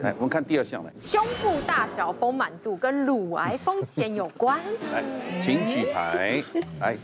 来，我们看第2项来， 胸部大小丰满度跟乳癌风险有关。 来，请举牌，来，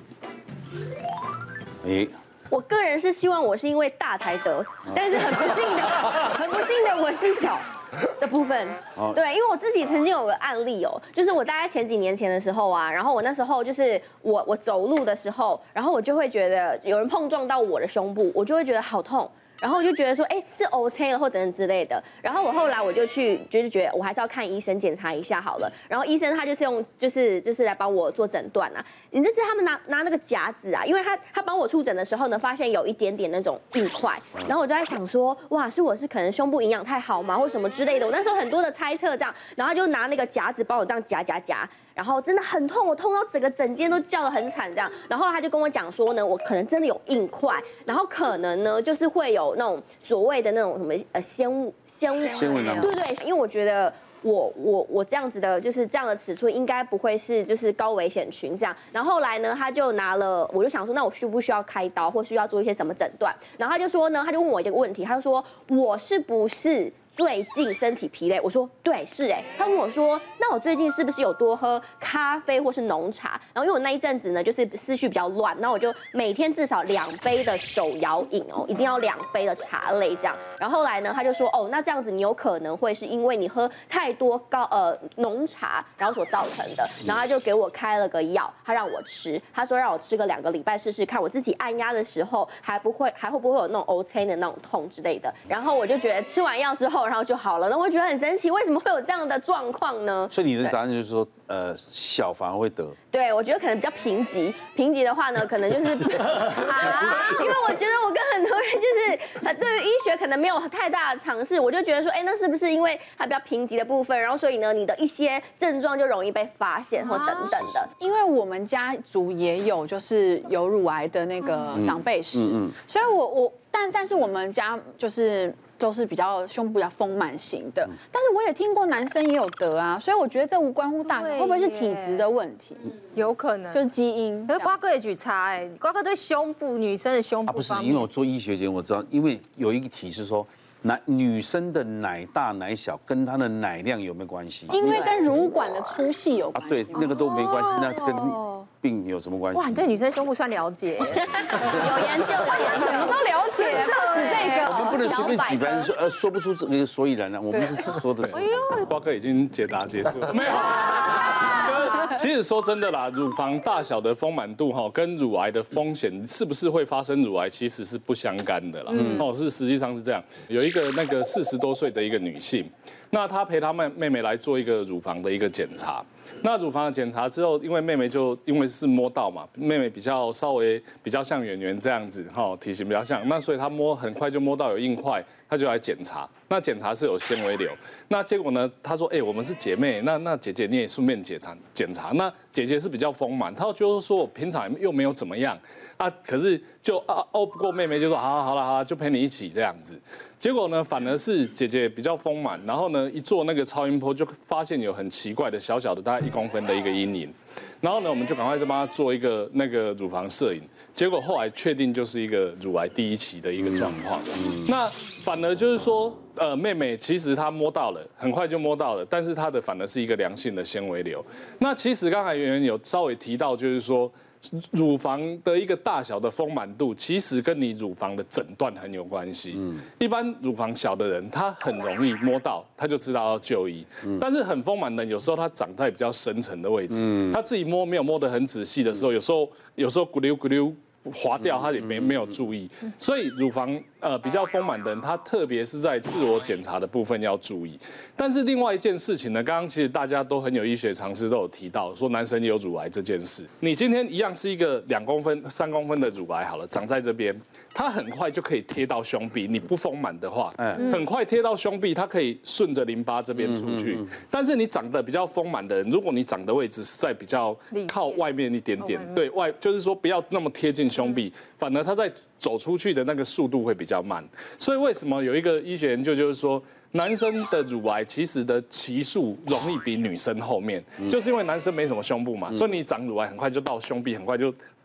哎， 我个人是希望我是因为大才得，但是很不幸的我是小的部分。对，因为我自己曾经有个案例哦，就是我大概前几年前的时候啊，然后我那时候就是我走路的时候，然后我就会觉得有人碰撞到我的胸部，我就会觉得好痛。然后我就觉得说，哎，是 OK 了或等等之类的。然后我后来我就去，就是觉得我还是要看医生检查一下好了。然后医生他就是用，就是来帮我做诊断啊。你知道他们拿那个夹子啊，因为他帮我触诊的时候呢，发现有一点点那种硬块。然后我就在想说，哇，我是可能胸部营养太好吗，或什么之类的。我那时候很多的猜测这样，然后就拿那个夹子帮我这样夹。然后真的很痛，我痛到整间都叫得很惨这样。然后他就跟我讲说呢，我可能真的有硬块，然后可能呢就是会有那种所谓的那种什么纤维囊，对，因为我觉得我这样子的，就是这样的尺寸，应该不会是就是高危险群这样。然后后来呢，他就拿了，我就想说，那我需不需要开刀，或需要做一些什么诊断？然后他就说呢，他就问我一个问题，他就说我是不是最近身体疲累？我说对，是哎。他问我说，那我最近是不是有多喝咖啡或是浓茶？然后因为我那一阵子呢，就是思绪比较乱，那我就每天至少2杯的手摇饮哦，一定要2杯的茶类这样。然后后来呢，他就说，哦，那这样子你有可能会是因为你喝太多浓茶，然后所造成的。然后他就给我开了个药，他让我吃，他说让我吃个2个礼拜试试看，我自己按压的时候还会不会有那种 OK 的那种痛之类的。然后我就觉得吃完药之后，然后就好了。那我觉得很神奇，为什么会有这样的状况呢？ 所以你的答案就是说，小反而会得。 对，我觉得可能比较贫瘠。贫瘠的话呢，可能就是因为我觉得我跟很多人就是对于医学可能没有太大的尝试，我就觉得说，哎，那是不是因为它比较贫瘠的部分，然后所以呢，你的一些症状就容易被发现或等等的。 因为我们家族也有就是有乳癌的那个长辈史，所以但是我们家就是都是比较胸部比较丰满型的，但是我也听过男生也有得啊，所以我觉得这无关乎大小，会不会是体质的问题？ 有可能， 就是基因。 可是瓜哥也举差哎，瓜哥对胸部女生的胸部不是，因为我做医学节目，我知道，因为有一个题是说，女生的奶大奶小跟她的奶量有没有关系？ 因为跟乳管的粗细有关系。 对，那个都没关系，那跟病有什么关系？ 哇，你对女生胸部算了解， 有研究， 什么都了解，不止这个。 我们不能随便举牌说不出那个所以然啊，我们是说的。 瓜哥已经结束了，没有。其实说真的啦，乳房大小的丰满度哈，跟乳癌的风险是不是会发生乳癌，其实是不相干的啦。实际上是这样。有一个那个40多岁的一个女性，那她陪她妹妹来做一个乳房的一个检查。那乳房的检查之后，因为妹妹因为是摸到嘛，妹妹稍微比较像圆圆这样子哈，体型比较像，那所以她很快就摸到有硬块，她就来检查。那检查是有纤维瘤，那结果呢？她说，我们是姐妹，那姐姐你也顺便检查。那姐姐是比较丰满，她就是说我平常又没有怎么样啊，可是就不过妹妹就说好了，就陪你一起这样子。结果呢，反而是姐姐比较丰满，然后呢，一做那个超音波就发现有很奇怪的小小的大概1公分的一个阴影，然后呢，我们就赶快就帮她做一个那个乳房摄影，结果后来确定就是一个乳癌第1期的一个状况。那反而就是说，妹妹其实她摸到了，很快就摸到了，但是她的反而是一个良性的纤维瘤。那其实刚才圆圆有稍微提到，就是说。乳房的一个大小的丰满度，其实跟你乳房的诊断很有关系。一般乳房小的人，他很容易摸到，他就知道要就医。但是很丰满的人，有时候他长在比较深层的位置，他自己摸没有摸得很仔细的时候，有时候咕溜咕溜滑掉，他也没有注意。所以乳房比较丰满的人，他特别是在自我检查的部分要注意。但是另外一件事情呢，刚刚其实大家都很有医学常识，都有提到说男生也有乳癌这件事。你今天一样是一个2公分、3公分的乳癌好了，长在这边，它很快就可以贴到胸壁。你不丰满的话，很快贴到胸壁，它可以顺着淋巴这边出去。但是你长得比较丰满的人，如果你长的位置是在比较靠外面一点点，对外就是说不要那么贴近胸壁，反而它在走出去的那个速度会比较慢。所以为什么有一个医学研究就是说，男生的乳癌其实的期数容易比女生后面，就是因为男生没什么胸部嘛，所以你长乳癌很快就到胸壁，很快就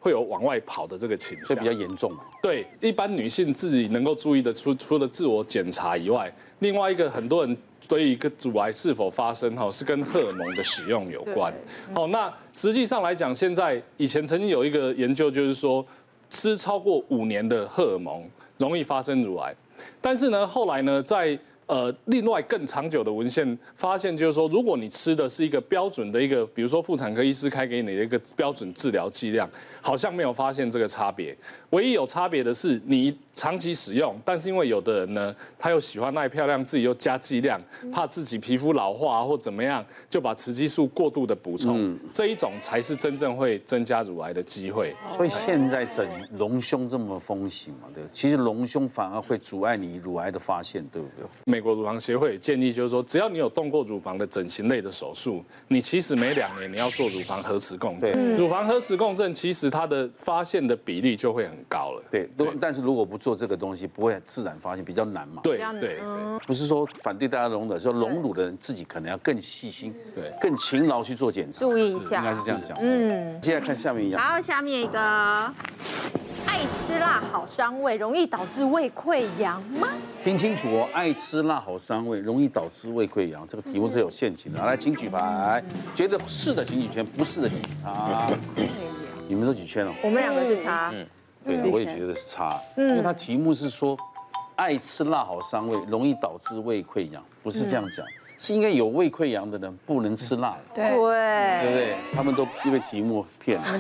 会有往外跑的这个倾向， 这比较严重嘛。 对，一般女性自己能够注意的，除了自我检查以外，另外一个很多人对于一个乳癌是否发生是跟荷尔蒙的使用有关。那实际上来讲，以前曾经有一个研究，就是说吃超过5年的荷尔蒙容易发生乳癌，但是呢，后来呢，在另外更长久的文献发现，就是说，如果你吃的是一个标准的比如说妇产科医师开给你的一个标准治疗剂量，好像没有发现这个差别。唯一有差别的是你长期使用，但是因为有的人呢，他又喜欢爱漂亮，自己又加剂量，怕自己皮肤老化或怎么样，就把雌激素过度的补充，这一种才是真正会增加乳癌的机会。 所以现在整隆胸这么风行嘛，对，其实隆胸反而会阻碍你乳癌的发现，对不对？ 美国乳房协会建议就是说，只要你有动过乳房的整形类的手术，你其实每2年你要做乳房核磁共振。乳房核磁共振其实它的发现的比例就会很高了。 对，但是如果不做这个东西，不会自然发现，比较难嘛。 对， 不是说反对大家隆乳，说隆乳的人自己可能要更细心， 对， 更勤劳去做检查， 注意一下， 应该是这样讲。接下来看下面一样。 好，下面一个，爱吃辣好伤胃，容易导致胃溃疡吗？ 听清楚哦，爱吃辣好伤胃，容易导致胃溃疡。这个题目是有陷阱的。来，请举牌，觉得是的请举圈，不是的请叉。你们都举圈了？ 我们2个是叉。 对，我也觉得是叉，因为它题目是说，爱吃辣好伤胃，容易导致胃溃疡，不是这样讲，是应该有胃溃疡的人不能吃辣， 对不对？他们都被题目骗了。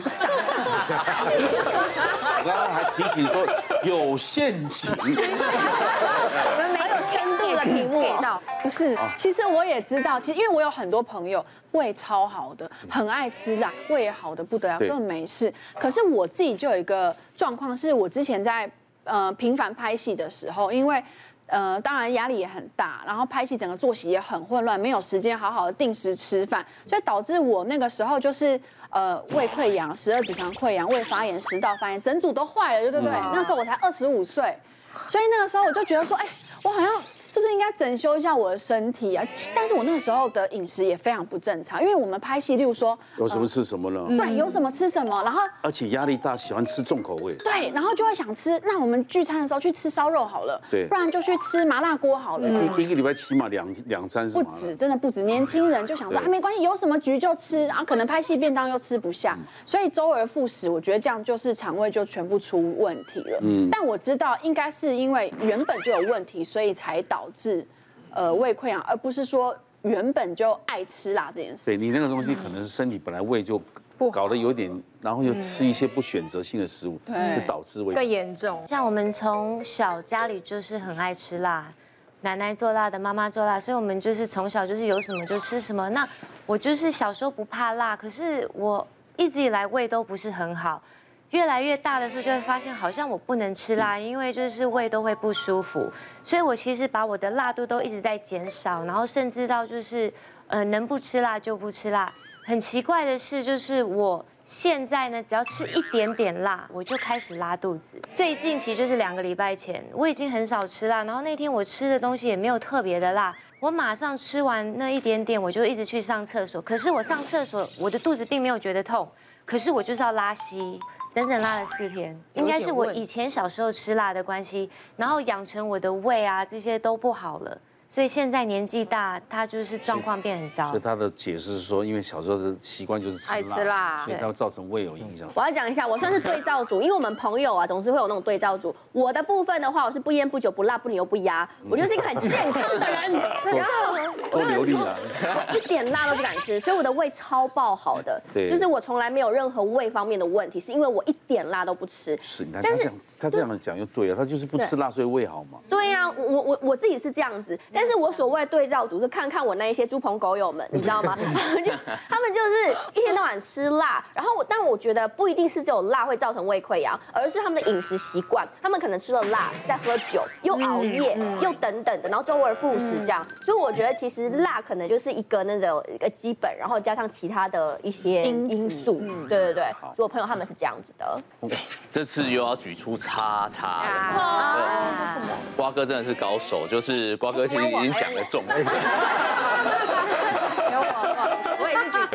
我刚刚还提醒说有陷阱。 我们没有深度的题目。 不是，其实我也知道，其实因为我有很多朋友胃超好的，很爱吃辣，胃也好的不得了，根本没事。可是我自己就有一个状况，是我之前在频繁拍戏的时候，因为当然压力也很大，然后拍戏整个作息也很混乱，没有时间好好的定时吃饭，所以导致我那个时候就是胃溃疡、12指肠溃疡、胃发炎、食道发炎，整组都坏了，对不对？那时候我才25岁，所以那个时候我就觉得说，我好像是不是应该整修一下我的身体啊？但是我那个时候的饮食也非常不正常，因为我们拍戏，例如说有什么吃什么呢？ 对，有什么吃什么，然后而且压力大，喜欢吃重口味。 对，然后就会想吃，那我们聚餐的时候去吃烧肉好了， 对， 不然就去吃麻辣锅好了。 一个礼拜起码两餐是不止，真的不止。年轻人就想说没关系，有什么局就吃，然后可能拍戏便当又吃不下，所以周而复始，我觉得这样就是肠胃就全部出问题了。但我知道应该是因为原本就有问题，所以才导致胃溃疡，而不是说原本就爱吃辣这件事。 对你那个东西可能是身体本来胃就搞得有点，然后又吃一些不选择性的食物，就导致胃更严重。 像我们从小家里就是很爱吃辣，奶奶做辣的，妈妈做辣，所以我们就是从小就是有什么就吃什么。那我就是小时候不怕辣，可是我一直以来胃都不是很好。越来越大的时候，就会发现好像我不能吃辣，因为就是胃都会不舒服，所以我其实把我的辣度都一直在减少，然后甚至到就是能不吃辣就不吃辣。很奇怪的是，就是我现在呢，只要吃一点点辣，我就开始拉肚子。最近其实就是2个礼拜前，我已经很少吃辣，然后那天我吃的东西也没有特别的辣，我马上吃完那一点点，我就一直去上厕所。可是我上厕所，我的肚子并没有觉得痛，可是我就是要拉稀。整整拉了4天，应该是我以前小时候吃辣的关系，然后养成我的胃啊这些都不好了，所以现在年纪大，他就是状况变很糟。 所以他的解释是说，因为小时候的习惯就是爱吃辣， 所以它会造成胃有影响。 我要讲一下，我算是对照组，因为我们朋友啊总是会有那种对照组。我的部分的话，我是不烟不酒不辣不牛不鸭，我就是一个很健康的人。然后都流利了， 我一点辣都不敢吃，所以我的胃超爆好的。 对， 就是我从来没有任何胃方面的问题，是因为我一点辣都不吃。 是，你看他这样讲就对了，他就是不吃辣，所以胃好嘛。 对呀，我自己是这样子，但是我所谓对照组是看看我那一些猪朋狗友们，你知道吗？他们就是一天到晚吃辣，然后但我觉得不一定是只有辣会造成胃溃疡，而是他们的饮食习惯，他们可能吃了辣，再喝酒，又熬夜，又等等的，然后周而复始这样。所以我觉得其实辣可能就是一个那种一个基本，然后加上其他的一些因素。对。所以我朋友他们是这样子的。 这次又要举出叉了，瓜哥真的是高手，就是瓜哥其实已经讲了重了。 我也是举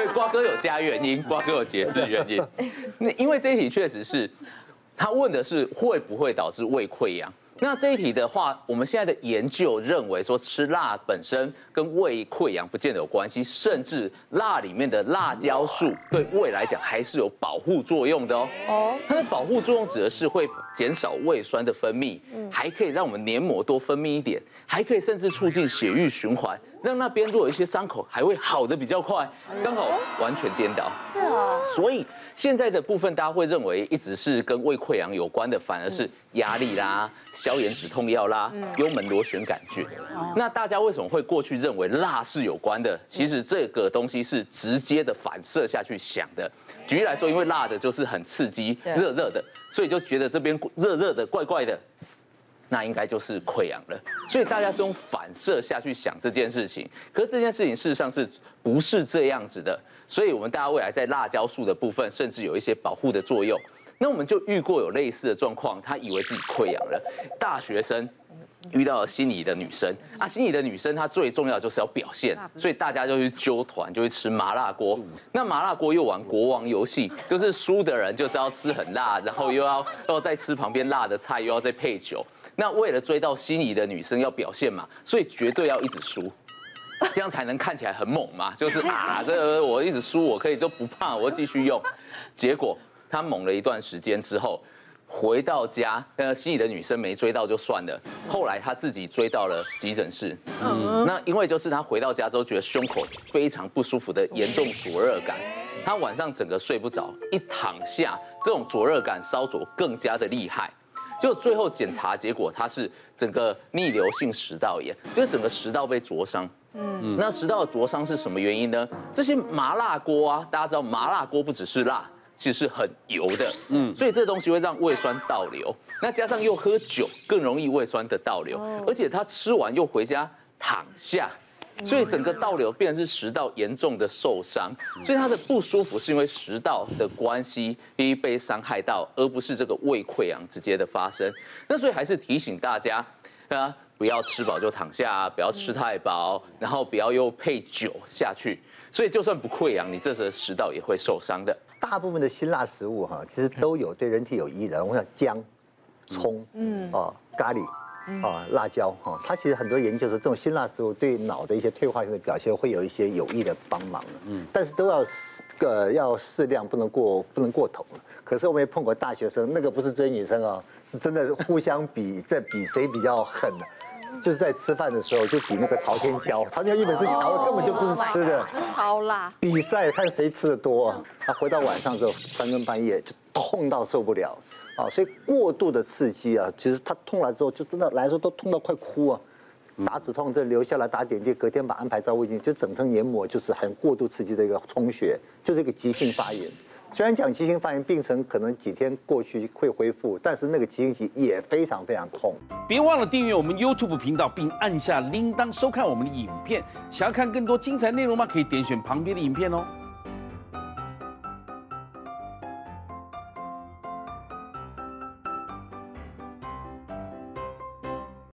对，瓜哥有加原因，瓜哥有解释原因。那因为这一题确实是，他问的是会不会导致胃溃疡。那这一题的话，我们现在的研究认为说，吃辣本身跟胃溃疡不见得有关系，甚至辣里面的辣椒素对胃来讲还是有保护作用的哦。它的保护作用指的是会减少胃酸的分泌，还可以让我们黏膜多分泌一点，还可以甚至促进血液循环，让那边如果有一些伤口还会好的比较快，刚好完全颠倒。 是哦。 所以现在的部分，大家会认为一直是跟胃溃疡有关的，反而是压力啦、消炎止痛药啦、幽门螺旋杆菌。那大家为什么会过去认为辣是有关的？其实这个东西是直接的反射下去想的。举例来说，因为辣的就是很刺激、热热的，所以就觉得这边热热的、怪怪的。那应该就是溃疡了，所以大家是用反射下去想这件事情，可是这件事情事实上是不是这样子的？所以我们大家未来在辣椒素的部分，甚至有一些保护的作用。那我们就遇过有类似的状况，他以为自己溃疡了，大学生遇到了心仪的女生啊，心仪的女生她最重要就是要表现，所以大家就去揪团，就会吃麻辣锅。那麻辣锅又玩国王游戏，就是输的人就是要吃很辣，然后又要再吃旁边辣的菜，又要再配酒。那为了追到心仪的女生要表现嘛，所以绝对要一直输，这样才能看起来很猛嘛。就是这个我一直输，我可以都不怕，我继续用。结果他猛了一段时间之后，回到家，心仪的女生没追到就算了，后来他自己追到了急诊室。那因为就是他回到家之后觉得胸口非常不舒服的严重灼热感，他晚上整个睡不着，一躺下，这种灼热感烧灼更加的厉害。就最后检查结果，它是整个逆流性食道炎，就是整个食道被灼伤。那食道的灼伤是什么原因呢？这些麻辣锅啊，大家知道麻辣锅不只是辣，其实是很油的。所以这东西会让胃酸倒流。那加上又喝酒，更容易胃酸的倒流。而且他吃完又回家躺下。所以整个倒流变成是食道严重的受伤，所以他的不舒服是因为食道的关系被伤害到，而不是这个胃溃疡直接的发生。那所以还是提醒大家，不要吃饱就躺下，不要吃太饱，然后不要又配酒下去。所以就算不溃疡，你这时候食道也会受伤的。 大部分的辛辣食物哈，其实都有对人体有益的。我想姜、葱、咖喱。辣椒哈，它其实很多研究说，这种辛辣食物对脑的一些退化性的表现会有一些有益的帮忙但是都要适量，不能过头了。可是我们也碰过大学生，那个不是追女生哦，是真的互相比谁比较狠的。就是在吃饭的时候就比那个朝天椒，朝天椒一本是根本就不是吃的， 超辣。比赛看谁吃的多，他回到晚上之后3更半夜就痛到受不了。所以过度的刺激啊，其实他痛了之后，就真的来说都痛到快哭啊，打止痛针留下来打点滴，隔天把安排照胃镜，就整层黏膜就是很过度刺激的一个充血，就是一个急性发炎。虽然讲急性发炎病程可能几天过去会恢复，但是那个急性期也非常非常痛。 别忘了订阅我们 YouTube 频道，并按下铃铛收看我们的影片。想要看更多精彩内容吗？可以点选旁边的影片哦。